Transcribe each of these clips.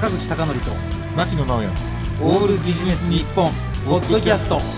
坂口孝則と牧野直哉オールビジネス日本ポッドキャスト。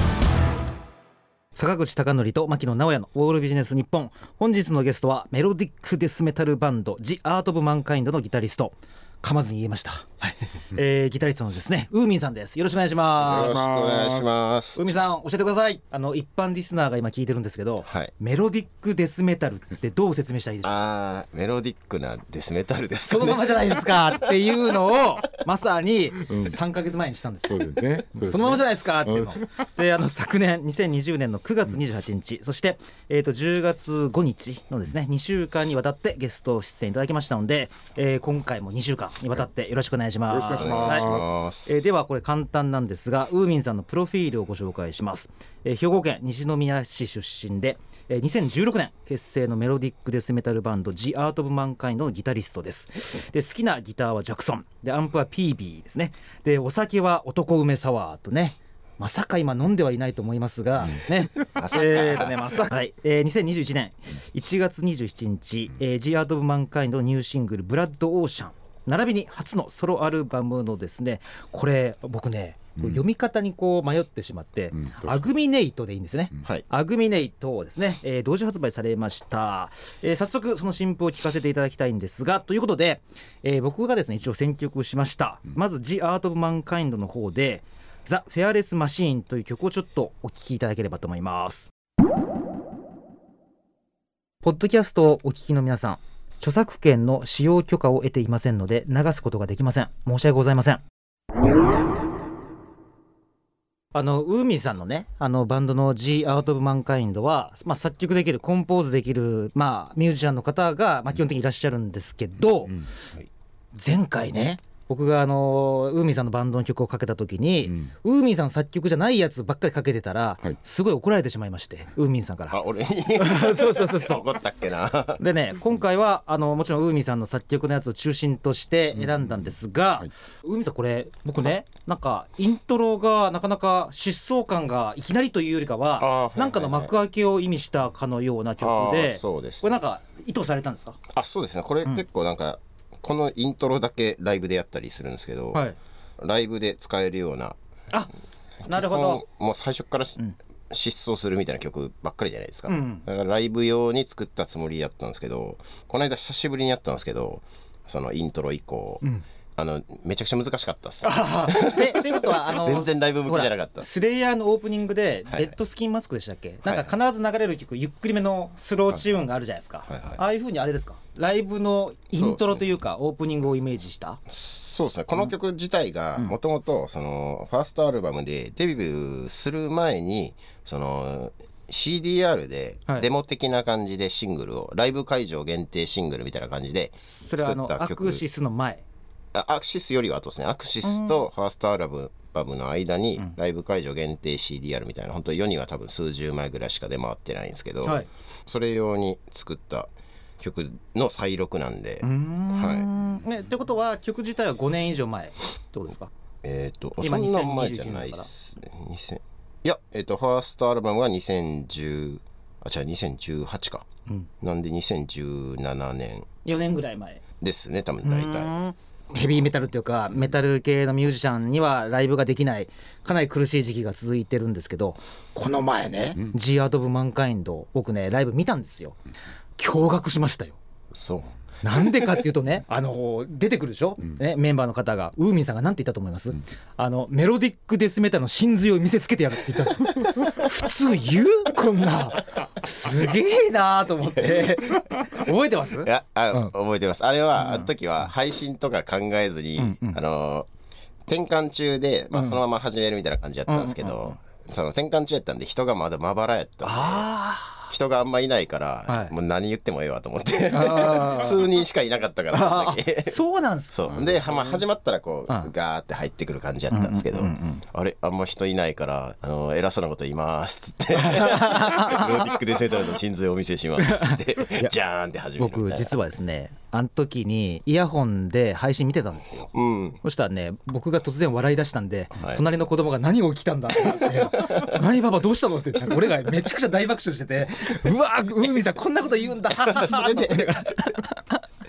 坂口孝則と牧野直哉のオールビジネス日本。本日のゲストはメロディックデスメタルバンドジ・アート・オブ・マンカインドのギタリスト、噛まずに言えました、ギタリストのですねウーミンさんです。よろしくお願いします。 よろしくお願いします。 ウーミンさん教えてください。一般リスナーが今聞いてるんですけど、 はい、 メロディックデスメタルってどう説明したらいいですか？ メロディックなデスメタルですかね。 そのままじゃないですかっていうのをまさに3ヶ月前にしたんですよ、 そうですね、 そのままじゃないですかっていうので、昨年2020年の9月28日、そして、10月5日のですね2週間にわたってゲスト出演いただきましたので、今回も2週間にわたってよろしくお願いします。 よろしくお願いします。 はい。ではこれ簡単なんですが、ウーミンさんのプロフィールをご紹介します。兵庫県西宮市出身で、2016年結成のメロディックデスメタルバンドジ・アート・オブ・マンカインドのギタリストです。で、好きなギターはジャクソンで、アンプは PB ですね。で、お酒は男梅サワーとね、まさか今飲んではいないと思いますが、ね、まさか、はい、2021年1月27日、ジ・アート・オブ・マンカインドのニューシングルブラッド・オーシャン並びに初のソロアルバムのですね、これ僕ね、読み方にこう迷ってしまって、アグミネイトでいいんですね、はい、アグミネイトをですね、同時発売されました。早速その新譜を聞かせていただきたいんですが、ということで、僕がですね一応選曲しました。まずジ・アート・オブ・マンカインドの方でザ・フェアレス・マシーンという曲をちょっとお聴きいただければと思います。ポッドキャストをお聞きの皆さん、著作権の使用許可を得ていませんので流すことができません。申し訳ございません。ウーミンさんのね、バンドの G アート・オブ・マンカインドは、作曲できるコンポーズできる、ミュージシャンの方が、基本的にいらっしゃるんですけど、はい、前回ね僕がウーミンさんのバンドの曲をかけた時に、ウーミンさんの作曲じゃないやつばっかりかけてたら、すごい怒られてしまいまして、ウーミンさんから。 俺にそう怒ったっけな。 でね、今回はもちろんウーミンさんの作曲のやつを中心として選んだんですが、ウーミンさんこれ僕ね、なんかイントロがなかなか疾走感がいきなりというよりかは、なんかの幕開けを意味したかのような曲で、 そうです、 これなんか意図されたんですか？ そうですね、これ結構なんか、このイントロだけライブでやったりするんですけど、ライブで使えるような、 なるほど、 もう最初から、疾走するみたいな曲ばっかりじゃないですか、だからライブ用に作ったつもりやったんですけど、この間久しぶりにやったんですけど、そのイントロ以降、めちゃくちゃ難しかったっす。 ということは全然ライブ向きじゃなかった。 スレイヤーのオープニングでレッドスキンマスクでしたっけ、なんか必ず流れる曲、ゆっくりめのスローチューンがあるじゃないですか、ああいう風にあれですか、ライブのイントロというかオープニングをイメージした。 そうですね、この曲自体がもともとそのファーストアルバムでデビューする前に、そのCDR でデモ的な感じでシングルを、ライブ会場限定シングルみたいな感じで作った曲。それはアクシスの前、 アクシスよりは後ですね。アクシスとファーストアルバムの間にライブ会場限定 CDR みたいな、本当に世には多分数十枚ぐらいしか出回ってないんですけど、それ用に作った曲の再録なんで、 ってことは曲自体は5年以上前どうですか？ そんな前じゃないですね。いや、ファーストアルバムが2018か、なんで2017年 4年ぐらい前ですね、多分大体。 ヘビーメタルっていうかメタル系のミュージシャンにはライブができないかなり苦しい時期が続いてるんですけど、この前ね、G アート・オブ・マンカインド僕ねライブ見たんですよ。驚愕しましたよ。 そうなんでかっていうとね、出てくるでしょ、メンバーの方が、ウーミンさんが何て言ったと思います？メロディックデスメタルの真髄を見せつけてやるって言った普通言う？こんなすげえなと思って覚えてます？ いや、覚えてます。あれは、あの時は配信とか考えずに、転換中で、そのまま始めるみたいな感じだったんですけど、その転換中やったんで人がまだまばらやったんで、人があんまいないから、もう何言ってもええわと思って数人しかいなかったからそうなんすか。 そうで、始まったらこうガーって入ってくる感じやったんですけど、あれあんま人いないから偉そうなこと言いますっつってローディックデスメタルの真髄をお見せしますっつってジャーンって始める。 僕実はですね、あの時にイヤホンで配信見てたんですよ、そしたらね、僕が突然笑い出したんで、隣の子供が何が起きたんだって何パパどうしたのって俺がめちゃくちゃ大爆笑しててうわウーミンさんこんなこと言うんだそれで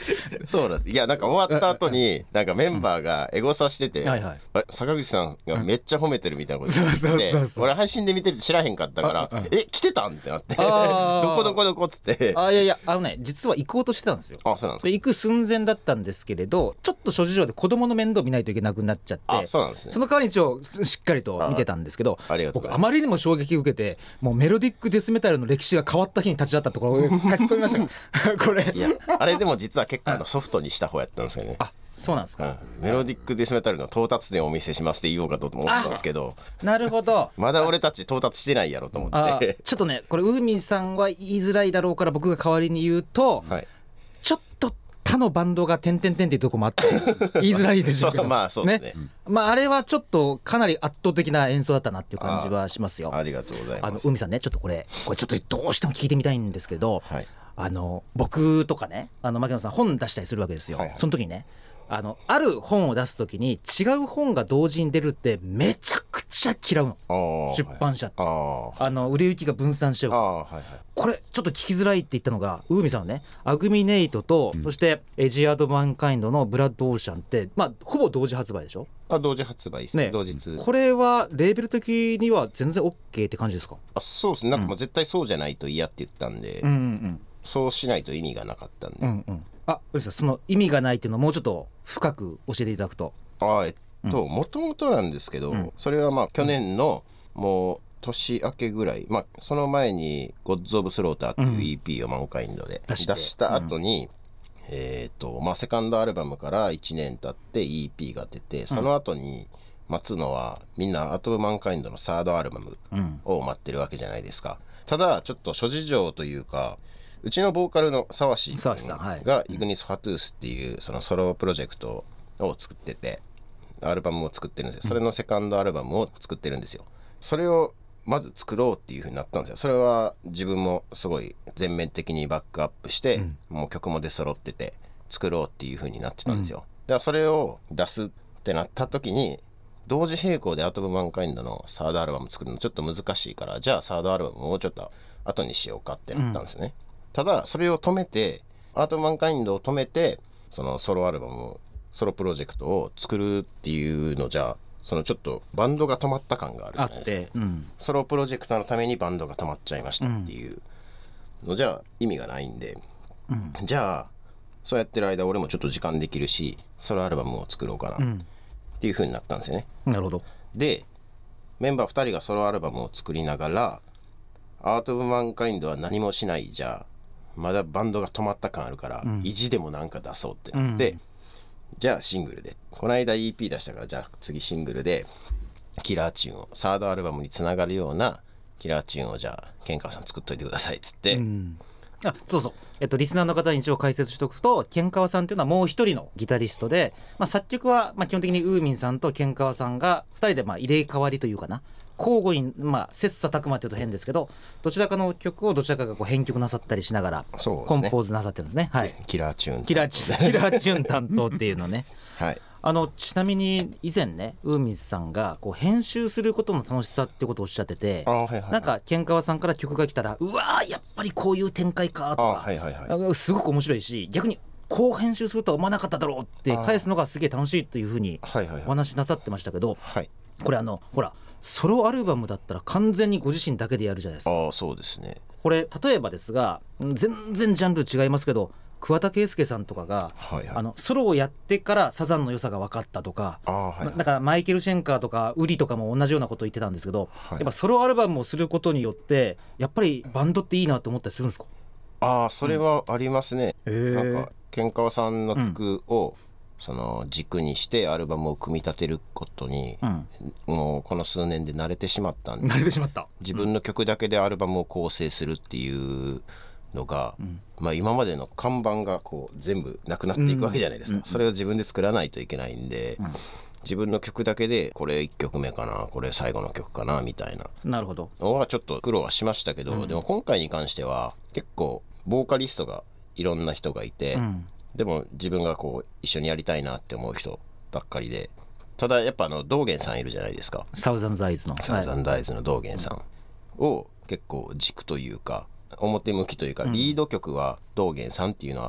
そうなんです。いやなんか終わった後になんかメンバーがエゴサしてて、 はいはい、 坂口さんがめっちゃ褒めてるみたいなこと言ってて、 そう俺配信で見てるって知らへんかったから来てたんってなってどこっつって、 いや実は行こうとしてたんですよ。 そうなんですか。 行く寸前だったんですけれど、ちょっと諸事情で子供の面倒見ないといけなくなっちゃって、 そうなんですね。 その代わりに一応しっかりと見てたんですけど、 僕あまりにも衝撃を受けて、もうメロディックデスメタルの歴史が変わった日に立ち会ったところを書き込みましたこれいやあれでも実は結構ソフトにした方やったんですよね。 そうなんですか。 メロディックデスメタルの到達点をお見せしますって言おうかと思ったんですけど、 なるほどまだ俺たち到達してないやろと思ってちょっとねこれウーミンさんは言いづらいだろうから僕が代わりに言うと、ちょっと他のバンドが点々点っていうとこもあって言いづらいでしょうけどそうですね。 あれはちょっとかなり圧倒的な演奏だったなっていう感じはしますよ。 ありがとうございます。 ウーミンさんね、ちょっとこれちょっとどうしても聞いてみたいんですけど、僕とかね牧野さん本出したりするわけですよ。その時にねある本を出す時に違う本が同時に出るってめちゃくちゃ嫌うの、出版社って。売れ行きが分散しちゃう。これちょっと聞きづらいって言ったのがウーミンさんはね、アグミネイトと、そしてエジアード・マンカインドのブラッド・オーシャンってほぼ同時発売でしょ。 同時発売ですね。同日。 これはレーベル的には全然 OK って感じですか。 そうですね。なんか絶対そうじゃないと嫌って言ったんで、そうしないと意味がなかったんで。 その意味がないっていうのをもうちょっと深く教えていただくと。 もともとなんですけど、それは去年のもう年明けぐらい、その前に「Gods of Slaughter」っていう EP をマンカインドで出した後に、セカンドアルバムから1年経って EP が出て、その後に待つのはみんなアトムマンカインドのサードアルバムを待ってるわけじゃないですか。ただちょっと諸事情というか、うちのボーカルの沢志君がイグニス・ファトゥースっていうそのソロプロジェクトを作ってて、アルバムを作ってるんですよ。それのセカンドアルバムを作ってるんですよ。それをまず作ろうっていう風になったんですよ。それは自分もすごい全面的にバックアップして、もう曲も出揃ってて作ろうっていう風になってたんですよ。だからそれを出すってなった時に、同時並行でアトムマンカインドのサードアルバム作るのちょっと難しいから、じゃあサードアルバムもうちょっと後にしようかってなったんですね。ただそれを止めて、アートマンカインドを止めて、そのソロアルバム、ソロプロジェクトを作るっていうのじゃ、そのちょっとバンドが止まった感があるじゃないですか。ソロプロジェクトのためにバンドが止まっちゃいましたっていうのじゃ意味がないんで、じゃあそうやってる間俺もちょっと時間できるし、ソロアルバムを作ろうかなっていう風になったんですよね。 なるほど。 でメンバー2人がソロアルバムを作りながら、アート・オブ・マンカインドは何もしない、じゃあまだバンドが止まった感あるから、意地でもなんか出そうってなって、じゃあシングルで、この間 EP 出したから、じゃあ次シングルでキラーチューンを、サードアルバムにつながるようなキラーチューンを、じゃあケンカワさん作っといてくださいっつって、 そうそう、リスナーの方に一応解説しておくと、ケンカワさんというのはもう一人のギタリストで、作曲は基本的にウーミンさんとケンカワさんが2人で入れ替わりというかな、交互に切磋琢磨というと変ですけど、どちらかの曲をどちらかが編曲なさったりしながらコンポーズなさってるんですね。 キラーチューンキラーチューン担当っていうのねちなみに以前ね、ウーミンさんが編集することの楽しさってことをおっしゃってて、なんかケンカワさんから曲が来たら、うわーやっぱりこういう展開かとか、すごく面白いし、逆にこう編集するとは思わなかっただろうって返すのがすげえ楽しいというふうにお話しなさってましたけど、これほらソロアルバムだったら完全にご自身だけでやるじゃないですか。 そうですね。 これ例えばですが、全然ジャンル違いますけど、桑田佳祐さんとかが、ソロをやってからサザンの良さが分かったとか、だからマイケル・シェンカーとかウリとかも同じようなことを言ってたんですけど、やっぱソロアルバムをすることによってやっぱりバンドっていいなと思ったりするんですか。それはありますね。なんかケンカワさんの曲を、その軸にしてアルバムを組み立てることに、もうこの数年で慣れてしまったんで、自分の曲だけでアルバムを構成するっていうのが、今までの看板が全部なくなっていくわけじゃないですか。それを自分で作らないといけないんで、自分の曲だけでこれ1曲目かな、これ最後の曲かなみたいなのはちょっと苦労はしましたけど、でも今回に関しては結構ボーカリストがいろんな人がいて、でも自分が一緒にやりたいなって思う人ばっかりで、ただやっぱ道元さんいるじゃないですか。 サウザンズアイズの道元さんを結構軸というか表向きというか、リード曲は道元さんっていうのは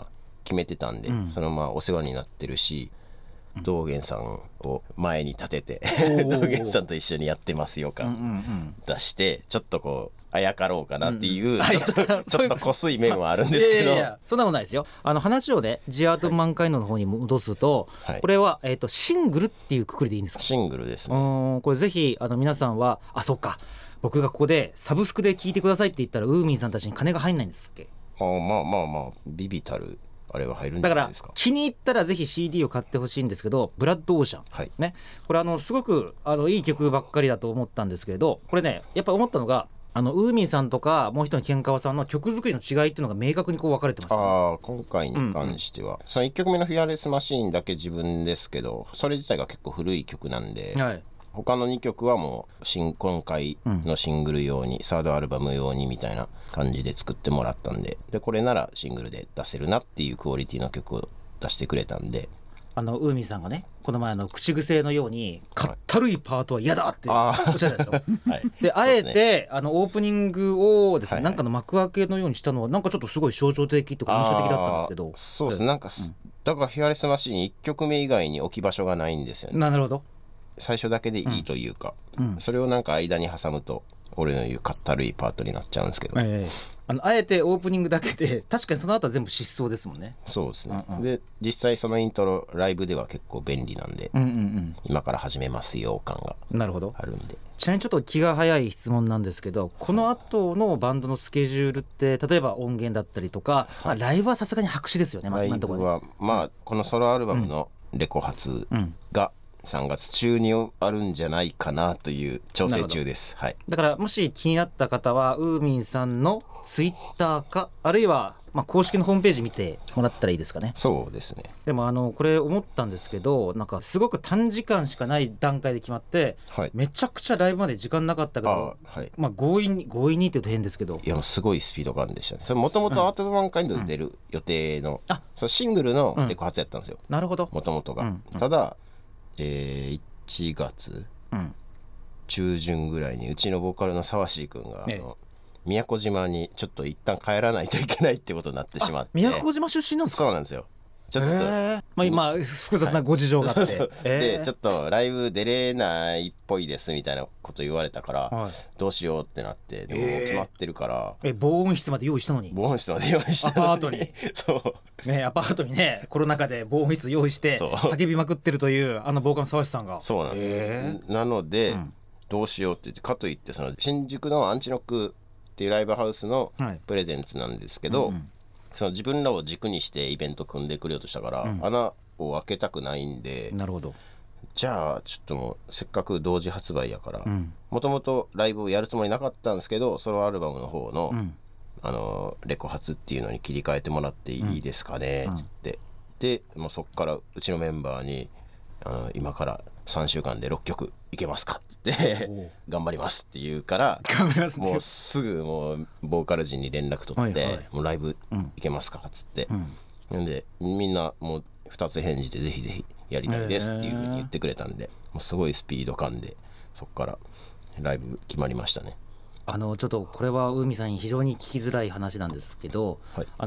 決めてたんで、そのまあお世話になってるし、道元さんを前に立てて道元さんと一緒にやってますよ感出して、ちょっとこうあやかろうかなっていう、ちょっとこすい面はあるんですけど、 そんなことないですよ。話をねジアート満開の方に戻すと、これは、シングルっていうくくりでいいんですか？ シングルですね。 これぜひ皆さんはそっか、僕がここでサブスクで聴いてくださいって言ったらウーミンさんたちに金が入んないんですっけ？ まあビビたるあれは入るんじゃないですか。 だから気に入ったらぜひ CD を買ってほしいんですけど、ブラッドオーシャン、ね、これすごくいい曲ばっかりだと思ったんですけれど、これねやっぱ思ったのがウーミンさんとかもう一人のケンカワさんの曲作りの違いっていうのが明確にこう分かれてます、ね。 今回に関しては、その1曲目のフィアレスマシーンだけ自分ですけど、それ自体が結構古い曲なんで、他の2曲はもう今回のシングル用に、サードアルバム用にみたいな感じで作ってもらったんで、これならシングルで出せるなっていうクオリティの曲を出してくれたんで、 ウーミンさんがねこの前口癖のようにかったるいパートは嫌だっておっしゃったでしょであえてオープニングをですね、なんかの幕開けのようにしたのはなんかちょっとすごい象徴的とか印象的だったんですけど、 そうですね、なんか、だからフィアレスマシーン1曲目以外に置き場所がないんですよね。 なるほど。 最初だけでいいというか、それをなんか間に挟むと俺の言うかったるいパートになっちゃうんですけど、 あえてオープニングだけで確かにその後は全部疾走ですもんね。 そうですね、で実際そのイントロライブでは結構便利なんで、今から始めますよ感があるんで。 ちなみにちょっと気が早い質問なんですけど、この後のバンドのスケジュールって例えば音源だったりとか、ライブはさすがに白紙ですよね。 ライブはこのソロアルバムのレコ発が3月中にあるんじゃないかなという調整中です。 だからもし気になった方はウーミンさんのツイッターかあるいは公式のホームページ見てもらったらいいですかね。 そうですね。 でもこれ思ったんですけど、なんかすごく短時間しかない段階で決まって、めちゃくちゃライブまで時間なかったけど、強引にって言うと変ですけど、 いやもうすごいスピード感でしたね。それもともとアートマンカインドで出る予定の、そのシングルのレコ発やったんですよ。 なるほど。 もともとが、ただ1月中旬ぐらいにうちのボーカルの沢椎君が宮古島にちょっと一旦帰らないといけないってことになってしまって。 宮古島出身なんですか？ そうなんですよ。ちょっと、 今複雑なご事情があって、 でちょっとライブ出れないっぽいですみたいなこと言われたから、どうしようってなって、でももう決まってるから、 防音室まで用意したのに。 防音室まで用意したのに、アパートにそうね、アパートにね、コロナ禍で防音室用意して叫びまくってるというボーカルの沢志さんが。 そうなんですよ。なので、どうしようって言って、かといってその新宿のアンチノックっていうライブハウスのプレゼンツなんですけど、その自分らを軸にしてイベント組んでくれようとしたから、穴を開けたくないんで、 なるほど、 じゃあちょっともうせっかく同時発売やから、もともとライブをやるつもりなかったんですけど、ソロアルバムの方の、レコ発っていうのに切り替えてもらっていいですかねって言って、でもうそっからうちのメンバーに今から3週間で6曲いけますかって言って頑張りますって言うから、もうすぐもうボーカル陣に連絡取って、もうライブいけますかっつって、なんでみんなもう2つ返事でぜひぜひやりたいですっていう風に言ってくれたんで、もうすごいスピード感でそっからライブ決まりましたね。 ちょっとこれは海さんに非常に聞きづらい話なんですけど、例えば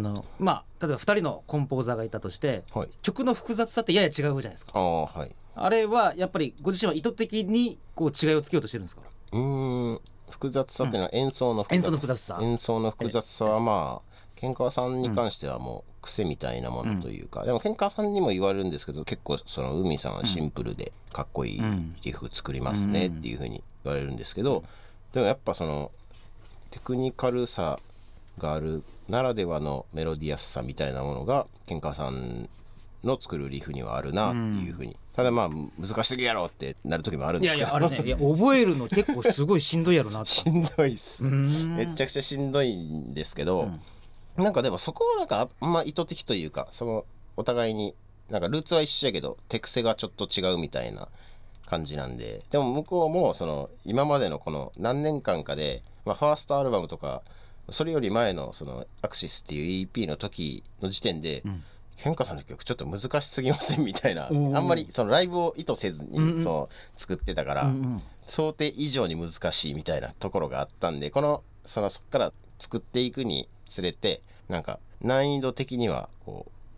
2人のコンポーザーがいたとして、曲の複雑さってやや違うじゃないですか。あれはやっぱりご自身は意図的にこう違いをつけようとしてるんですか？ 複雑さっていうのは演奏の複雑さ。演奏の複雑さはケンカワさんに関してはもう癖みたいなものというか、でもケンカワさんにも言われるんですけど、結構その海さんはシンプルでかっこいいリフ作りますねっていう風に言われるんですけど、でもやっぱそのテクニカルさがあるならではのメロディアスさみたいなものがケンカワさんの作るリフにはあるなっていう風に、ただ難しすぎやろってなる時もあるんですけど、 あれね、覚えるの結構すごいしんどいやろなしんどいっす。めちゃくちゃしんどいんですけど、なんかでもそこはなんかあんま意図的というか、そのお互いになんかルーツは一緒やけど手癖がちょっと違うみたいな感じなんで、でも向こうもその今までのこの何年間かで、ファーストアルバムとかそれより前のそのアクシスっていう EP の時の時点で、ケンカさんの曲ちょっと難しすぎませんみたいな、あんまりそのライブを意図せずに作ってたから、想定以上に難しいみたいなところがあったんで、そっから作っていくにつれてなんか難易度的にはこう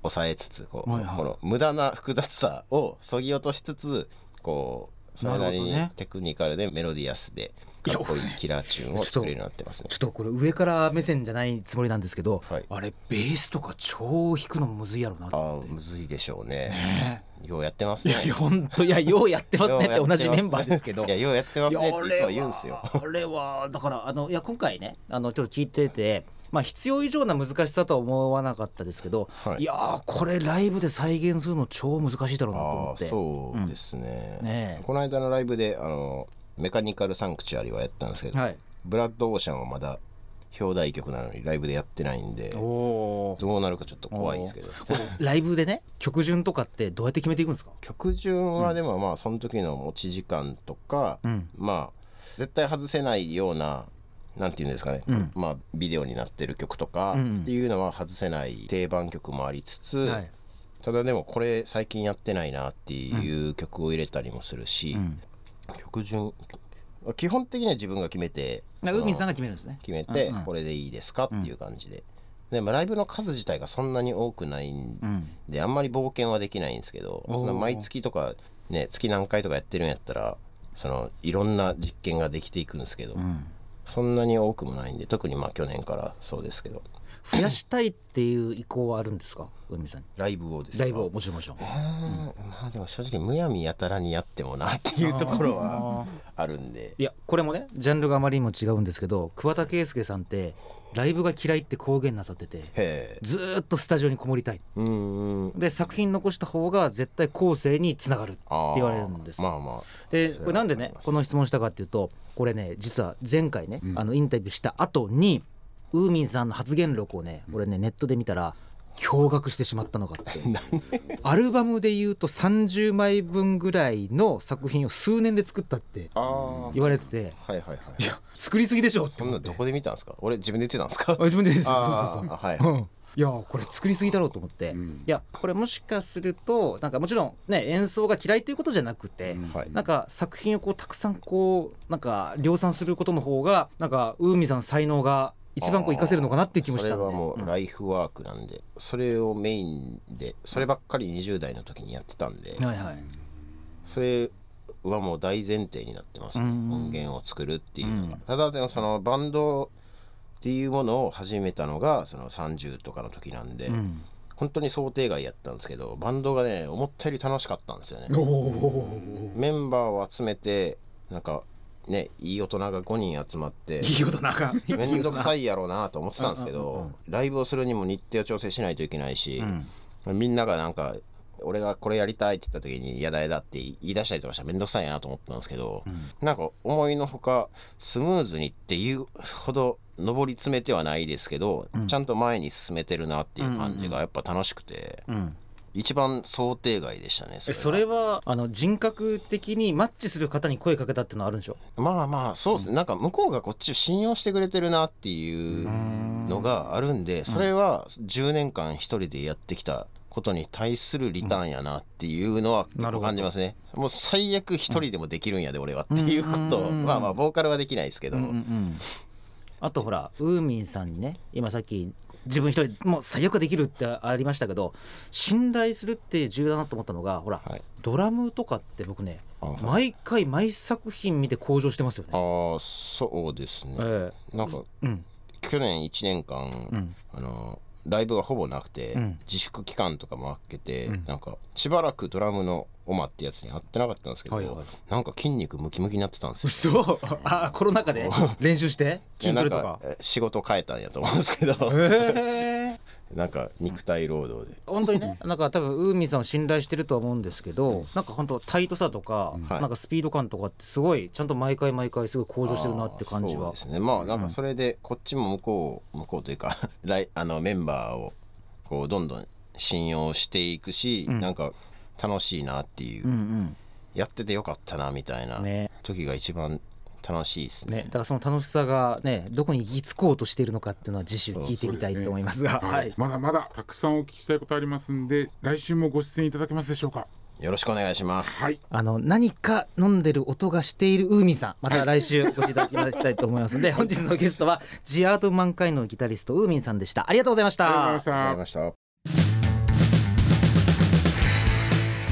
抑えつつこう、 はいはい、 この無駄な複雑さを削ぎ落としつつこうそれなりにテクニカルでメロディアスでかっこいいキラーチューンを作れるようになってますね。 ちょっとこれ上から目線じゃないつもりなんですけど、 はい、 あれベースとか超弾くのむずいやろなと思って。 むずいでしょうね。ようやってますね。 いや本当、いやようやってますねって同じメンバーですけどいやようやってますねっていつも言うんですよ。 あれはだからいや今回ねちょっと聞いてて、まあ、必要以上な難しさとは思わなかったですけど、はい、いやこれライブで再現するの超難しいだろうなと思って。 そうですね、 ね。 この間のライブでメカニカルサンクチュアリはやったんですけど、はい、ブラッドオーシャンはまだ表題曲なのにライブでやってないんでどうなるかちょっと怖いですけどライブでね曲順とかってどうやって決めていくんですか？ 曲順はでもまあその時の持ち時間とか、まあ絶対外せないようななんていうんですかね、まあビデオになってる曲とかっていうのは外せない定番曲もありつつ、はい、ただでもこれ最近やってないなっていう曲を入れたりもするし、曲順基本的には自分が決めて海さんが決めるんですね。 決めて、これでいいですかっていう感じで、でもライブの数自体がそんなに多くないんで、あんまり冒険はできないんですけど、そんな毎月とかね月何回とかやってるんやったらいろんな実験ができていくんですけど、そんなに多くもないんで、特にまあ去年からそうですけど増やしたいっていう意向はあるんですか海さんに？ ライブをですか？ ライブをもちろんまあでも正直むやみやたらにやってもなっていうところはあるんで、 いやこれもねジャンルがあまりにも違うんですけど、桑田佳祐さんってライブが嫌いって公言なさってて、ずっとスタジオにこもりたいで作品残した方が絶対後世につながるって言われるんです。でこれなんでねこの質問したかっていうと、これね実は前回ね、インタビューした後にウーミンさんの発言録をね俺ねネットで見たら驚愕してしまったのがあってアルバムでいうと30枚分ぐらいの作品を数年で作ったって言われてて、いや作りすぎでしょって。 そんなどこで見たんですか？俺自分で言ってたんですか？ 自分で言ってた。いやこれ作りすぎだろうと思って、いやこれもしかするとなんかもちろんね演奏が嫌いということじゃなくて、なんか作品をこうたくさんこうなんか量産することの方がなんかウーミンさんの才能が一番こう活かせるのかなっていう気もしたんで、 それはもうライフワークなんで、それをメインでそればっかり20代の時にやってたんで、それはもう大前提になってますね、音源を作るっていうのが。ただでもそのバンドっていうものを始めたのがその30とかの時なんで、本当に想定外やったんですけど、バンドがね思ったより楽しかったんですよね。メンバーを集めてなんかね、いい大人が5人集まっていい大人がめんどくさいやろうなと思ってたんですけど、ライブをするにも日程を調整しないといけないし、みんながなんか俺がこれやりたいって言った時にやだやだって言い出したりとかしたらめんどくさいなと思ったんですけど、なんか思いのほかスムーズにっていうほど上り詰めてはないですけど、ちゃんと前に進めてるなっていう感じがやっぱ楽しくて、一番想定外でしたね。 それは人格的にマッチする方に声かけたっていうのはあるんでしょ？ まあそうですね、なんか向こうがこっちを信用してくれてるなっていうのがあるんで、それは10年間一人でやってきたことに対するリターンやなっていうのは結構感じますね。もう最悪一人でもできるんやで俺はっていうことを、まあボーカルはできないですけど、 あとほらウーミンさんにね今さっき自分一人もう最悪できるってありましたけど、信頼するって重要だなと思ったのがほら、ドラムとかって僕ね毎回毎作品見て向上してますよね。 そうですね、なんか、去年1年間、ライブがほぼなくて、自粛期間とかも開けて、なんかしばらくドラムのオマってやつに会ってなかったんですけど、なんか筋肉ムキムキになってたんですよ。 そうコロナ禍で練習して筋トレとか仕事変えたんやと思うんですけど、なんか肉体労働で本当にねなんか多分ウーミンさんを信頼してるとは思うんですけど、なんか本当タイトさとか、なんかスピード感とかってすごいちゃんと毎回すごい向上してるなって感じは。 そうですね、まあなんかそれでこっちも向こうというかメンバーをこうどんどん信用していくし、なんか楽しいなっていう、やっててよかったなみたいな時が一番楽しいですね。 だからその楽しさがねどこに行き着こうとしているのかっていうのは次週聞いてみたいと思いますが、 まだまだたくさんお聞きしたいことありますんで、来週もご出演いただけますでしょうか？ よろしくお願いします。 何か飲んでる音がしているウーミンさん、また来週お越しいただきたいと思いますので、本日のゲストはジアート満開のギタリストウーミンさんでした。ありがとうございました。 ありがとうございました。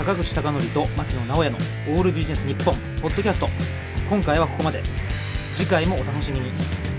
坂口孝則と牧野直哉のオールビジネス日本ポッドキャスト。今回はここまで。次回もお楽しみに。